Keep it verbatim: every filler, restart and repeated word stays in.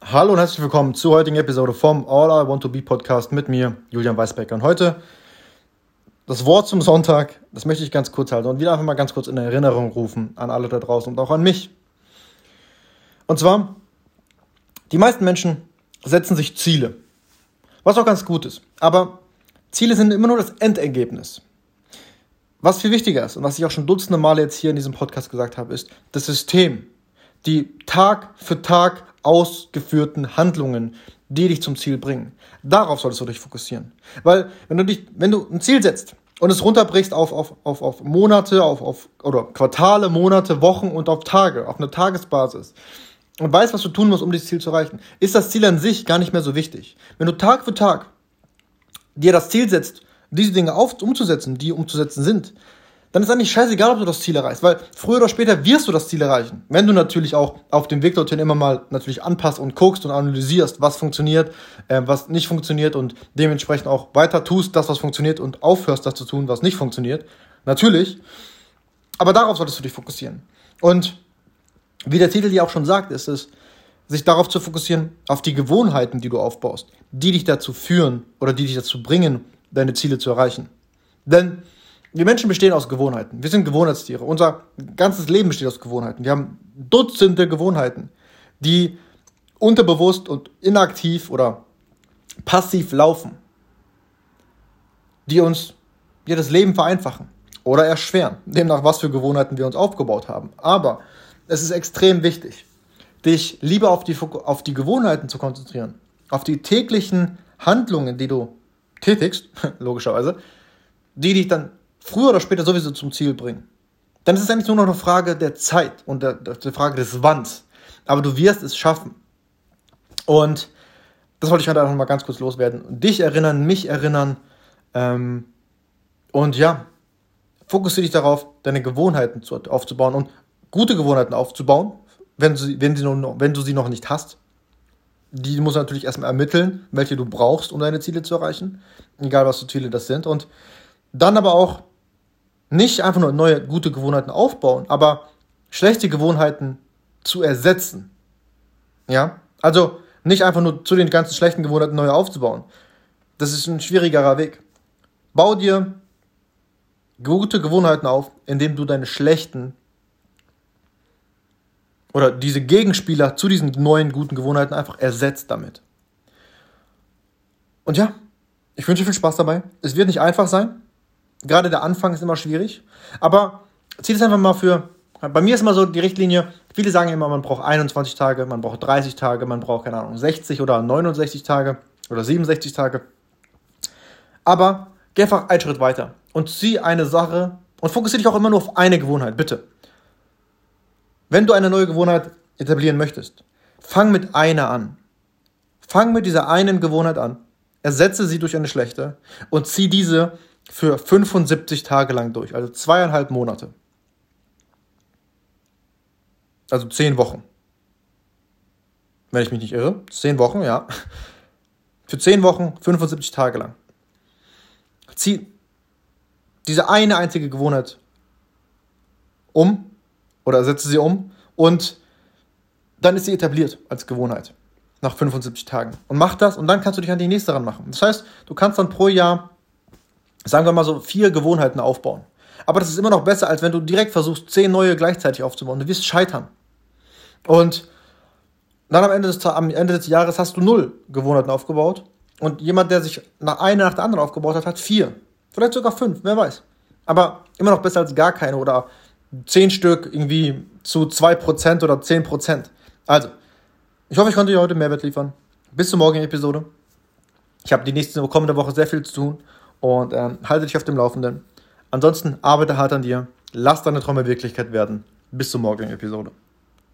Hallo und herzlich willkommen zur heutigen Episode vom All I Want to Be Podcast mit mir, Julian Weisbecker. Und heute das Wort zum Sonntag, das möchte ich ganz kurz halten und wieder einfach mal ganz kurz in Erinnerung rufen an alle da draußen und auch an mich. Und zwar, die meisten Menschen setzen sich Ziele, was auch ganz gut ist. Aber Ziele sind immer nur das Endergebnis. Was viel wichtiger ist und was ich auch schon dutzende Male jetzt hier in diesem Podcast gesagt habe, ist das System, die Tag für Tag ausgeführten Handlungen, die dich zum Ziel bringen. Darauf solltest du dich fokussieren. Weil wenn du dich, wenn du ein Ziel setzt und es runterbrichst auf, auf, auf, auf Monate, auf, auf, oder Quartale, Monate, Wochen und auf Tage, auf eine Tagesbasis und weißt, was du tun musst, um dieses Ziel zu erreichen, ist das Ziel an sich gar nicht mehr so wichtig. Wenn du Tag für Tag dir das Ziel setzt, diese Dinge auf, umzusetzen, die umzusetzen sind, dann ist eigentlich scheißegal, ob du das Ziel erreichst, weil früher oder später wirst du das Ziel erreichen. Wenn du natürlich auch auf dem Weg dorthin immer mal natürlich anpasst und guckst und analysierst, was funktioniert, äh, was nicht funktioniert und dementsprechend auch weiter tust, das, was funktioniert und aufhörst, das zu tun, was nicht funktioniert. Natürlich. Aber darauf solltest du dich fokussieren. Und wie der Titel ja auch schon sagt, ist es, sich darauf zu fokussieren, auf die Gewohnheiten, die du aufbaust, die dich dazu führen oder die dich dazu bringen, deine Ziele zu erreichen. Denn wir Menschen bestehen aus Gewohnheiten. Wir sind Gewohnheitstiere. Unser ganzes Leben besteht aus Gewohnheiten. Wir haben Dutzende Gewohnheiten, die unterbewusst und inaktiv oder passiv laufen, die uns ja, das Leben vereinfachen oder erschweren, demnach was für Gewohnheiten wir uns aufgebaut haben. Aber es ist extrem wichtig, dich lieber auf die, auf die Gewohnheiten zu konzentrieren, auf die täglichen Handlungen, die du tätigst, logischerweise, die dich dann früher oder später sowieso zum Ziel bringen. Dann ist es eigentlich nur noch eine Frage der Zeit und der, der Frage des Wanns. Aber du wirst es schaffen. Und das wollte ich heute einfach mal ganz kurz loswerden. Dich erinnern, mich erinnern. Ähm, und ja, fokussiere dich darauf, deine Gewohnheiten zu, aufzubauen und gute Gewohnheiten aufzubauen, wenn, sie, wenn, sie noch, wenn du sie noch nicht hast. Die musst du natürlich erstmal ermitteln, welche du brauchst, um deine Ziele zu erreichen. Egal, was für Ziele das sind. Und dann aber auch nicht einfach nur neue, gute Gewohnheiten aufbauen, aber schlechte Gewohnheiten zu ersetzen. Ja? Also nicht einfach nur zu den ganzen schlechten Gewohnheiten neue aufzubauen. Das ist ein schwierigerer Weg. Bau dir gute Gewohnheiten auf, indem du deine schlechten oder diese Gegenspieler zu diesen neuen guten Gewohnheiten einfach ersetzt damit. Und ja, ich wünsche dir viel Spaß dabei. Es wird nicht einfach sein. Gerade der Anfang ist immer schwierig, aber zieh das einfach mal für, bei mir ist immer so die Richtlinie, viele sagen immer, man braucht einundzwanzig Tage, man braucht dreißig Tage, man braucht, keine Ahnung, sechzig oder neunundsechzig Tage oder siebenundsechzig Tage, aber geh einfach einen Schritt weiter und zieh eine Sache und fokussiere dich auch immer nur auf eine Gewohnheit, bitte. Wenn du eine neue Gewohnheit etablieren möchtest, fang mit einer an. Fang mit dieser einen Gewohnheit an, ersetze sie durch eine schlechte und zieh diese für fünfundsiebzig Tage lang durch, also zweieinhalb Monate. Also zehn Wochen. Wenn ich mich nicht irre. Zehn Wochen, ja. Für zehn Wochen, fünfundsiebzig Tage lang. Zieh diese eine einzige Gewohnheit um oder setze sie um und dann ist sie etabliert als Gewohnheit nach fünfundsiebzig Tagen. Und mach das und dann kannst du dich an die nächste ranmachen. Das heißt, du kannst dann pro Jahr, sagen wir mal so, vier Gewohnheiten aufbauen. Aber das ist immer noch besser, als wenn du direkt versuchst, zehn neue gleichzeitig aufzubauen. Du wirst scheitern. Und dann am Ende des, am Ende des Jahres hast du null Gewohnheiten aufgebaut. Und jemand, der sich nach einer nach der anderen aufgebaut hat, hat vier. Vielleicht sogar fünf, wer weiß. Aber immer noch besser als gar keine oder zehn Stück irgendwie zu zwei Prozent oder zehn Prozent. Also, ich hoffe, ich konnte dir heute Mehrwert liefern. Bis zur morgigen Episode. Ich habe die nächste kommende Woche sehr viel zu tun. Und ähm, halte dich auf dem Laufenden. Ansonsten arbeite hart an dir. Lass deine Träume Wirklichkeit werden. Bis zur morgigen Episode.